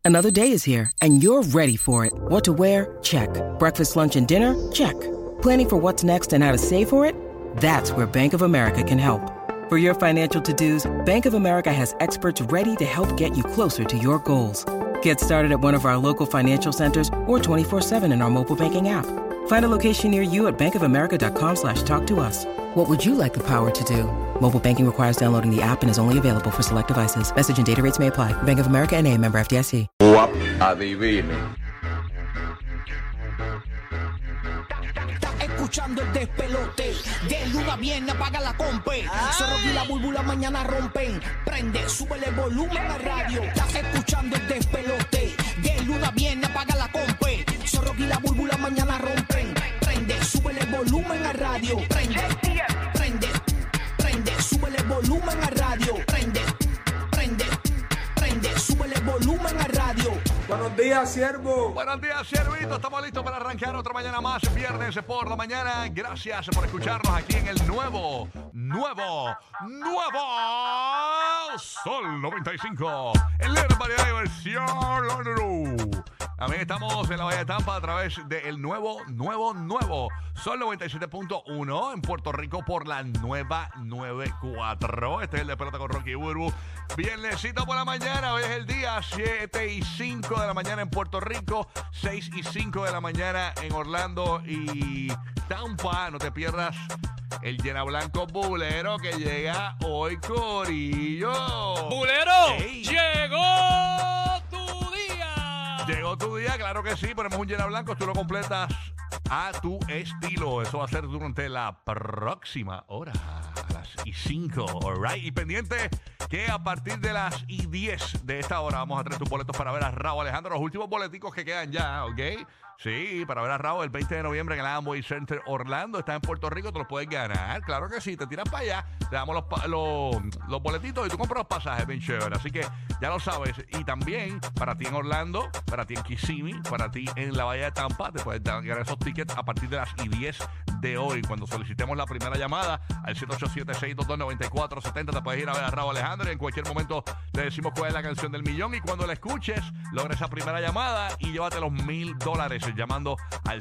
Another day is here, and you're ready for it. What to wear? Check. Breakfast, lunch, and dinner? Check. Planning for what's next and how to save for it? That's where Bank of America can help. For your financial to-dos, Bank of America has experts ready to help get you closer to your goals. Get started at one of our local financial centers or 24/7 in our mobile banking app. Find a location near you at bankofamerica.com/talktous. What would you like the power to do? Mobile banking requires downloading the app and is only available for select devices. Message and data rates may apply. Bank of America N.A., member FDIC. Adivine. Escuchando el despelote, de luna a viernes apaga la compe. Zorro y la búlbula mañana rompen. Prende, súbele el volumen a radio. Estás escuchando el despelote, de luna a viernes apaga la compe. Zorro y la búlbula mañana rompen. Prende, súbele el volumen a radio. Prende, prende, prende, súbele el volumen a radio. Prende, prende, prende, súbele el volumen a radio. Buenos días, siervo. Buenos días, siervito. Estamos listos para arrancar otra mañana más, viernes por la mañana. Gracias por escucharnos aquí en el nuevo Sol 95. El líder de variedad y diversión. También estamos en la Bahía de Tampa a través del nuevo Sol 97.1 en Puerto Rico por la nueva 94. Este es el de Pelota con Rocky y Burbu. Viernesito por la mañana, hoy es el día 7:05 de la mañana en Puerto Rico, 6:05 de la mañana en Orlando y Tampa. No te pierdas el Llena Blanco Bulero que llega hoy, corillo. ¡Bulero! ¡Ey! ¡Llegó tu día! Llegó tu día, claro que sí. Ponemos un Llena Blanco, tú lo completas a tu estilo. Eso va a ser durante la próxima hora, a las 5. All right. Y pendiente que a partir de las 10 de esta hora vamos a traer tus boletos para ver a Raúl Alejandro. Los últimos boleticos que quedan ya, ¿ok? Sí, para ver a Raúl el 20 de noviembre en el Amway Center Orlando. Está en Puerto Rico, te los puedes ganar. Claro que sí, te tiras para allá, te damos los boletitos y tú compras los pasajes, bien chévere. Así que ya lo sabes. Y también para ti en Orlando, para ti en Kissimmee, para ti en la Bahía de Tampa, te puedes ganar esos tickets a partir de las 10 de hoy. Cuando solicitemos la primera llamada al 787-622-9470, te puedes ir a ver a Raúl Alejandro y en cualquier momento te decimos cuál es la canción del millón. Y cuando la escuches, logra esa primera llamada y llévate los $1,000 llamando al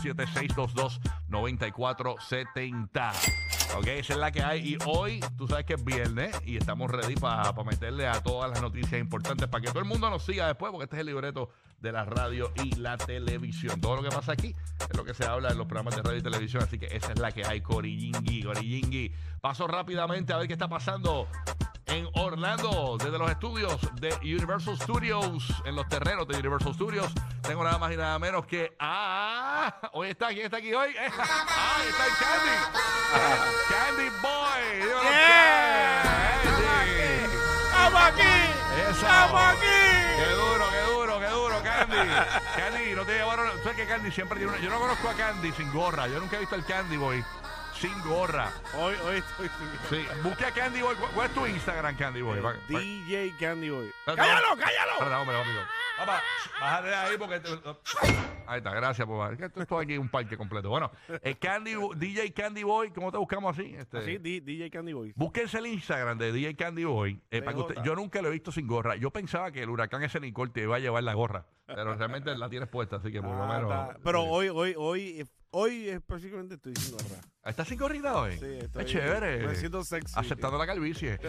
787-622-9470. Ok, esa es la que hay. Y hoy, tú sabes que es viernes y estamos ready para meterle a todas las noticias importantes para que todo el mundo nos siga después, porque este es el libreto de la radio y la televisión. Todo lo que pasa aquí es lo que se habla en los programas de radio y televisión. Así que esa es la que hay, Corillingui. Paso rápidamente a ver qué está pasando en Orlando, desde los estudios de Universal Studios, en los terrenos de Universal Studios. Tengo nada más y nada menos que hoy está, ¿quién está aquí hoy? Está el Candy Boy. ¡Estamos aquí! Eso. ¡Estamos aquí! Qué duro, Candy. Candy, no te llevaron. ¿Sabes que Candy siempre tiene una? Yo no conozco a Candy sin gorra. Yo nunca he visto al Candy Boy sin gorra. Hoy estoy sin gorra. Sí, busque a Candy Boy. ¿Cuál es tu Instagram, Candy Boy? DJ Candy Boy. ¡Cállalo! Papá, bájate de ahí porque... Ahí está, gracias, papá. Es que esto aquí es un parque completo. Bueno, DJ Candy Boy, ¿cómo te buscamos así? Sí, DJ Candy Boy. Búsquense el Instagram de DJ Candy Boy. Para que yo nunca lo he visto sin gorra. Yo pensaba que el huracán ese Nicole te iba a llevar la gorra, pero realmente la tienes puesta, así que por lo menos... Pero hoy específicamente estoy sin gorra. ¿Estás sin gorrita hoy? Sí, estoy. Es chévere. Me siento sexy. Aceptando la calvicie.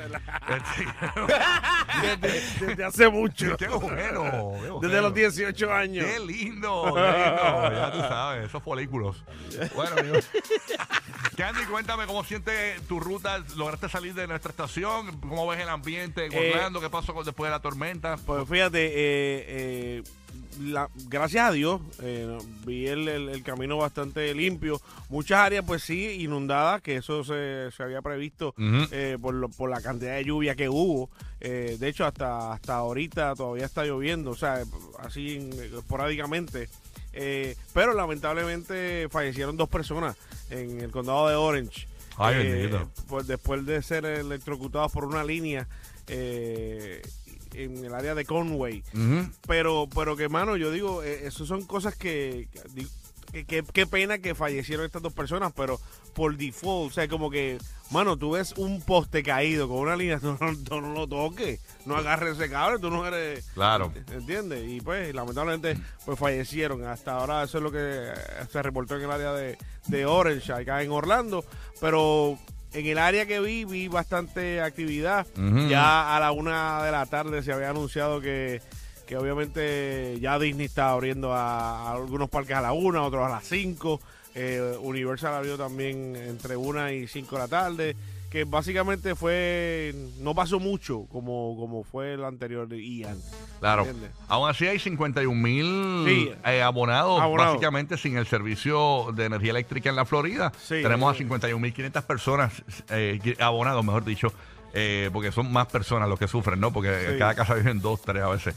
Desde hace mucho. Qué bueno. Desde los 18 años. Qué lindo. Ya tú sabes, esos folículos. Bueno, amigos. Candy, cuéntame cómo sientes tu ruta. ¿Lograste salir de nuestra estación? ¿Cómo ves el ambiente en Orlando? ¿Qué pasó después de la tormenta? Pues fíjate, gracias a Dios, vi el camino bastante limpio. Muchas áreas, pues sí, inundadas, que eso se había previsto por la cantidad de lluvia que hubo. De hecho, hasta ahorita todavía está lloviendo, o sea, así esporádicamente. Pero lamentablemente fallecieron 2 personas en el condado de Orange. Ay, bendito. Pues después de ser electrocutados por una línea en el área de Conway. Pero que, mano, yo digo, eso son cosas que qué pena que fallecieron estas dos personas, pero por default, o sea, como que, mano, tú ves un poste caído con una línea, tú no lo toques, no agarres ese cable, tú no eres... Claro. ¿Entiendes? Y pues, lamentablemente, pues fallecieron. Hasta ahora eso es lo que se reportó en el área de Orange, acá en Orlando, pero... En el área que vi bastante actividad. Ya a la 1 de la tarde se había anunciado que obviamente ya Disney está abriendo a algunos parques a la 1, otros a las 5. Universal abrió también entre 1 y 5 de la tarde. Que básicamente no pasó mucho como fue el anterior de Ian. Claro. ¿Entiendes? Aún así hay 51,000 Sí. abonados, básicamente sin el servicio de energía eléctrica en la Florida. Sí. Tenemos a 51,500 personas abonados, mejor dicho. Porque son más personas los que sufren, ¿no? Porque Sí. cada casa viven 2, 3 a veces.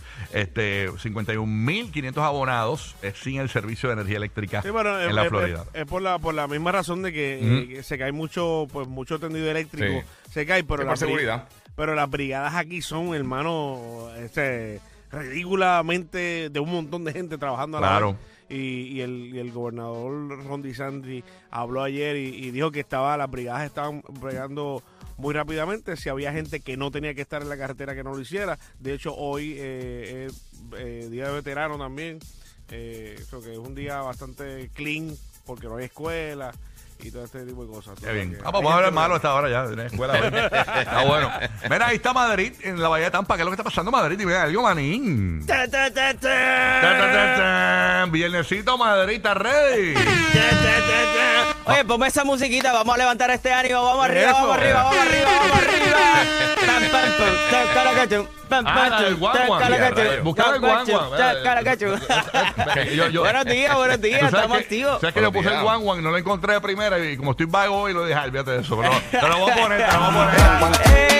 51,500 abonados sin el servicio de energía eléctrica Sí, bueno, en la Florida. Es por la misma razón de que se cae mucho tendido eléctrico. Sí. Se cae, pero Sí, por seguridad. Pero las brigadas aquí son, hermano, ridículamente de un montón de gente trabajando a la Claro. vez. Y el gobernador Ron DeSantis habló ayer y dijo que las brigadas estaban bregando muy rápidamente. Si había gente que no tenía que estar en la carretera, que no lo hiciera. De hecho, hoy Día de Veterano también. Creo que es un día bastante clean porque no hay escuela y todo este tipo de cosas. Qué bien. Que Vamos a hay hablar gente- malo hasta ahora ya. En la escuela. Está bueno. Mira, ahí está Madrid, en la Bahía de Tampa. ¿Qué es lo que está pasando en Madrid? Dime algo, manín. Ta, ta, ta, ta. Viernesito, Madrid, ¿está ready? Oye, ponme esa musiquita, vamos a levantar este ánimo, vamos arriba, Eso. vamos arriba, vamos arriba, vamos arriba. Pam, pam, pam, tacalacachu, pam, Ah, pam, la del guagua. tacalacachu, Buscaba el tacalachu, guagua. tacalachu. Buenos días, ¿Tú sabes estamos que- activos. ¿Sabes que yo puse el Buenos días. Guan, no lo encontré de primera y como estoy vago hoy lo dejé, olvídate de eso. Pero te lo voy a poner, te lo voy a poner.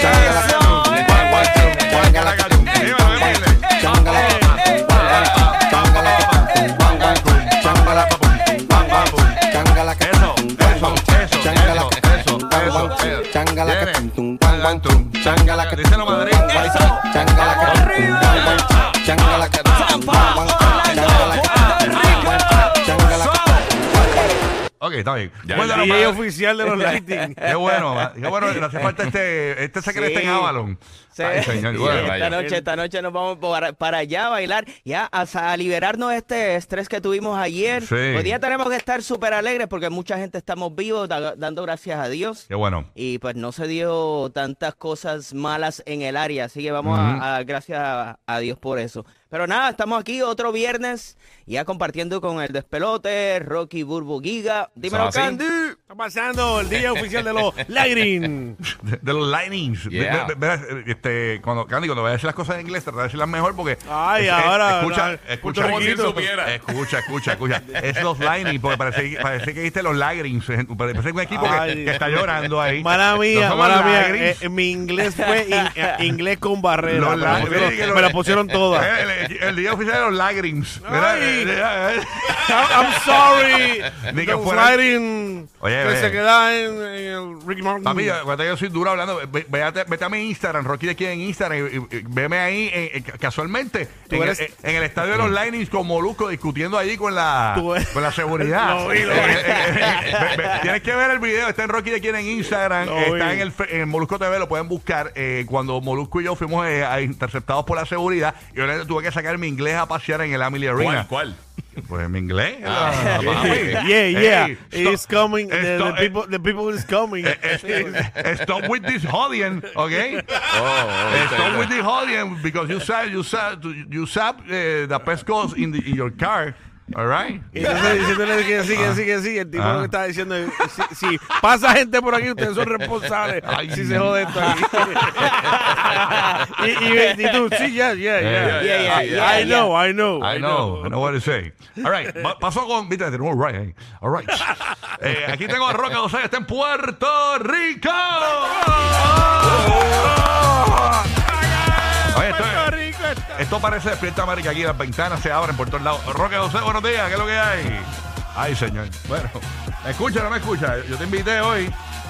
Díselo, Madrid. Ok, está bien. Ya, Bueno, El Madrid. DJ oficial de los Lightning. Qué bueno, le hace falta este secreto Sí. en Avalon. Sí. Ay, señor. Sí, Bueno, vaya. Esta noche nos vamos para allá a bailar, ya a liberarnos de este estrés que tuvimos ayer. Sí. Hoy día tenemos que estar súper alegres porque mucha gente estamos vivos, dando gracias a Dios. qué bueno. Y pues no se dio tantas cosas malas en el área, así que vamos a gracias a Dios por eso. Pero nada, estamos aquí otro viernes, ya compartiendo con el despelote, Rocky Burbu Giga. Dímelo, ¿Así? Candy. ¿Qué está pasando? El DJ oficial de los Lightning. De los Lightnings. Yeah. Cuando vayas a decir las cosas en inglés, trata de decirlas mejor porque. Ay, ahora, Escucha, no, escucha. Como si él Riquito. supiera. Escucha. Es los Lightning, porque parece que dijiste los Lagrings. Parece un equipo Ay, que está llorando ahí. Mala mía, No son mala los mía. Lagrings. Mi inglés fue inglés con barrera. Los Me la pusieron toda. El día oficial de los Lagrings. Ay. I'm sorry. Ni que Los fuera- Lightning Oye, que ve. se queda en el Ricky Martin. Papi, acuérdate que yo soy duro hablando. Vete a mi Instagram, Rocky de aquí en Instagram, y veme ahí casualmente Tú en, eres- en el estadio de los Lightnings con Molusco discutiendo allí con la Tú eres- seguridad. Lo vi. Tienes que ver el video, está en Rocky de aquí en Instagram, Lo está vi. en Molusco TV, lo pueden buscar. Cuando Molusco y yo fuimos interceptados por la seguridad, y yo tuve que sacar mi inglés a pasear en el Amelie Arena. ¿Cuál? Pues mi inglés. Ah, papi. Yeah. Hey, It's coming. stop- The people is coming. Stop with this holding, okay? Stop with this holding because you sap the pescos in your car, all right? Y entonces diciéndole que sí. El tipo Ah. lo que está diciendo es, si pasa gente por aquí, ustedes son responsables. Ay. Si se jode esto aquí. y tú, sí, yeah. I know. I know what to say. All right, pasó con, viste, all right, all right. Aquí tengo a Roca José, está en Puerto Rico. Oye, esto parece Despierta América aquí, las ventanas se abren por todos lados. Roque José, buenos días, ¿qué es lo que hay? Ay, señor. Bueno, ¿me escucha o no me escucha? Yo te invité hoy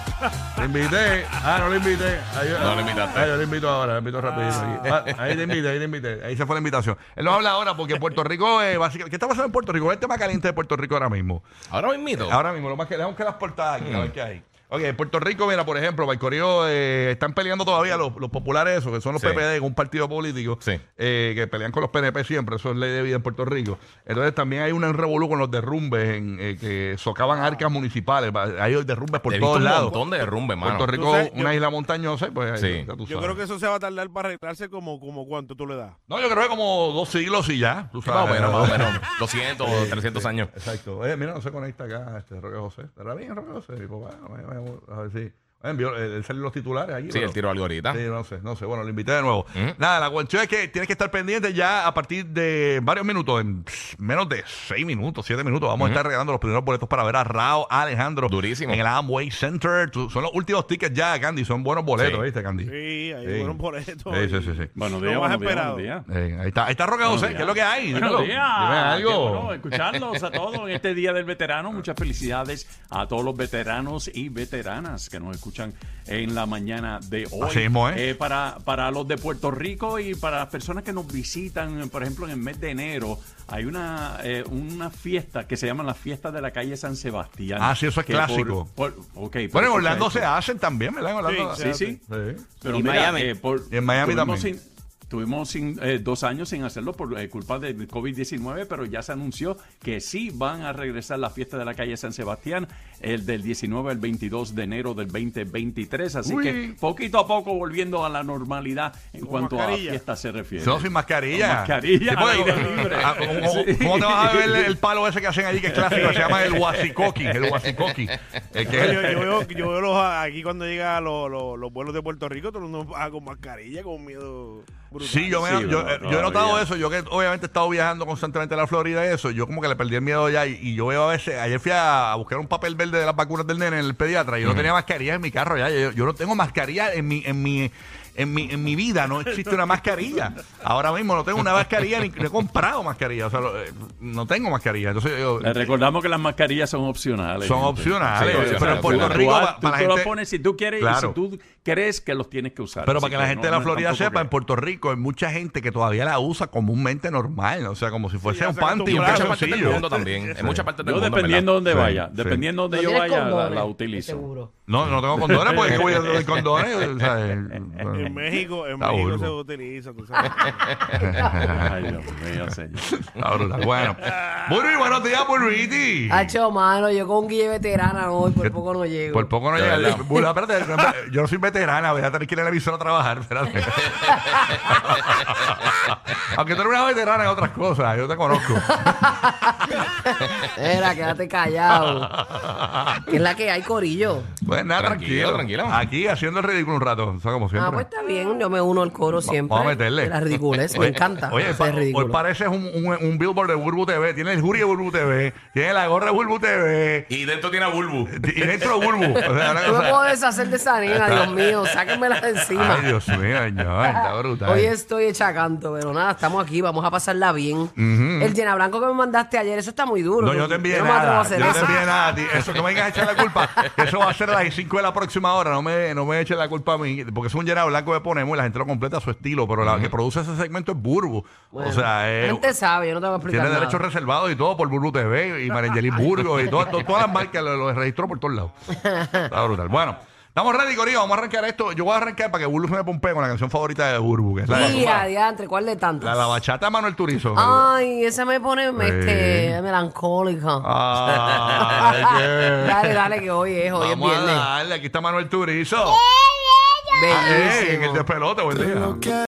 Te invité. No lo invité. No lo invitaste. Yo lo invito ahora, lo invito rapidito. Ahí te invité. Ahí se fue la invitación. Él nos habla ahora porque Puerto Rico, básicamente, ¿qué está pasando en Puerto Rico? ¿Cuál es el tema caliente de Puerto Rico ahora mismo? Ahora mismo. Ahora mismo, lo más que dejamos que las portadas aquí, a ver qué hay. Ok, en Puerto Rico, mira, por ejemplo, Valcorio están peleando todavía los populares, esos, que son los PPD, un partido político, que pelean con los PNP siempre, eso es ley de vida en Puerto Rico. Entonces también hay un revolú con los derrumbes que socavan arcas municipales, hay derrumbes por todos lados. Un montón de derrumbes, mano. Puerto Rico, una isla montañosa, pues sí. Yo creo que eso se va a tardar para arreglarse como ¿cuánto tú le das? No, yo creo que como 2 sigos y ya, tú sabes. Más o menos, 200 o 300 años. Exacto. Oye, mira, no se conecta acá Roque José. ¿Estará bien Roque José? A ver si... Él salió los titulares allí. Sí, él tiró algo ahorita. Sí, no sé. Bueno, lo invité de nuevo. Nada, la cuestión es que tienes que estar pendiente ya a partir de varios minutos, en menos de 6 minutos, 7 minutos. Vamos a estar regalando los primeros boletos para ver a Rao Alejandro. Durísimo. En el Amway Center. Son los últimos tickets ya, Candy. Son buenos boletos, ¿viste, Candy? Sí, hay buenos boletos. Sí. Buenos días. Ahí está Roque José. ¿Qué es lo que hay? Buenos días. Dime algo. Bueno, escucharlos a todos en este Día del Veterano. Muchas felicidades a todos los veteranos y veteranas que nos escuchan en la mañana de hoy. Así mismo, ¿eh? Para los de Puerto Rico y para las personas que nos visitan, por ejemplo, en el mes de enero, hay una fiesta que se llama la Fiesta de la Calle San Sebastián. Ah, sí, eso es clásico. Bueno, en Orlando se hacen también, ¿verdad? En Orlando sí. Pero y mira, Miami. Y en Miami también. Tuvimos 2 años sin hacerlo por culpa del COVID-19, pero ya se anunció que sí van a regresar la fiesta de la calle San Sebastián, el del 19 al 22 de enero del 2023. Así que poquito a poco volviendo a la normalidad en cuanto a fiesta se refiere. No, sin mascarilla. Con mascarilla. ¿Cómo te vas a ver el palo ese que hacen allí que es clásico? Se llama el huasicoqui. Yo veo aquí cuando llegan los vuelos de Puerto Rico, todo el mundo va con mascarilla, con miedo brutal. Sí, yo he notado eso. Yo que obviamente he estado viajando constantemente a la Florida y eso, yo como que le perdí el miedo ya. Y yo veo a veces, ayer fui a buscar un papel verde de las vacunas del nene en el pediatra y yo no tenía mascarilla en mi carro ya. Yo no tengo mascarilla en mi vida, no existe una mascarilla. Ahora mismo no tengo una mascarilla ni he comprado mascarilla. O sea, no tengo mascarilla. Entonces le recordamos que las mascarillas son opcionales. Son opcionales. Sí, pero en Puerto Rico, tú los pones si tú quieres y si tú crees que los tienes que usar. Pero para que la gente de la Florida sepa, en Puerto Rico hay mucha gente que todavía la usa comúnmente normal. O sea, como si fuese un panty. En muchas partes del mundo también. En muchas partes del mundo. Dependiendo de dónde vaya. Dependiendo de dónde yo vaya, la utilizo. No tengo condones porque voy a tener condones. En México se utiliza, tú sabes. Ay, Dios mío, señor. Está brutal. Bueno. Burri, buenos días, Burriti. Hacho, mano, yo con un guille veterana hoy, por poco no llego. Por poco no llega. Burri, espérate, yo no soy veterana, voy a tener que ir a la emisora a trabajar, espérate. Aunque tú eres una veterana en otras cosas, yo te conozco. Era, quédate callado. ¿Qué es la que hay, corillo? Pues nada, tranquilo. Aquí haciendo el ridículo un rato, o sea, como siempre. Pues está bien, yo me uno al coro siempre. Vamos a meterle. De la ridiculez, me encanta. Oye, hoy pareces un billboard de Bulbu TV. Tiene el jury de Bulbu TV, tiene la gorra de Bulbu TV. Y dentro tiene a Bulbu. Y dentro de Bulbu. O sea, no me puedo deshacer de esa nena, Dios mío, sáquenmela de encima. Ay, Dios mío, señor, está brutal. Hoy estoy hecha canto, pero nada, estamos aquí, vamos a pasarla bien. El llena blanco que me mandaste ayer, eso está muy duro. No, yo te envié nada. Yo no te envié nada a ti. Eso, no me vengas a echar la culpa. Eso va a ser a las 5 de la próxima hora. No me eches la culpa a mí. Porque es un llena blanco que ponemos y la gente lo completa a su estilo. Pero la que produce ese segmento es Burbu. Bueno, o sea, la gente sabe, yo no te voy a explicar. Tiene derechos reservados y todo por Burbu TV y Marengelín Burgos y todas las marcas lo registró por todos lados. Está brutal. Bueno. Estamos ready, Corillo. Vamos a arrancar esto. Yo voy a arrancar para que Burbu se me pompee con la canción favorita de Burbu, que es la de adiantre, ¿cuál de tantas? La bachata de Manuel Turizo. Ay, esa me pone melancólica. Dale, que hoy es viernes. Vamos a darle. Aquí está Manuel Turizo. En el despelote, buen día.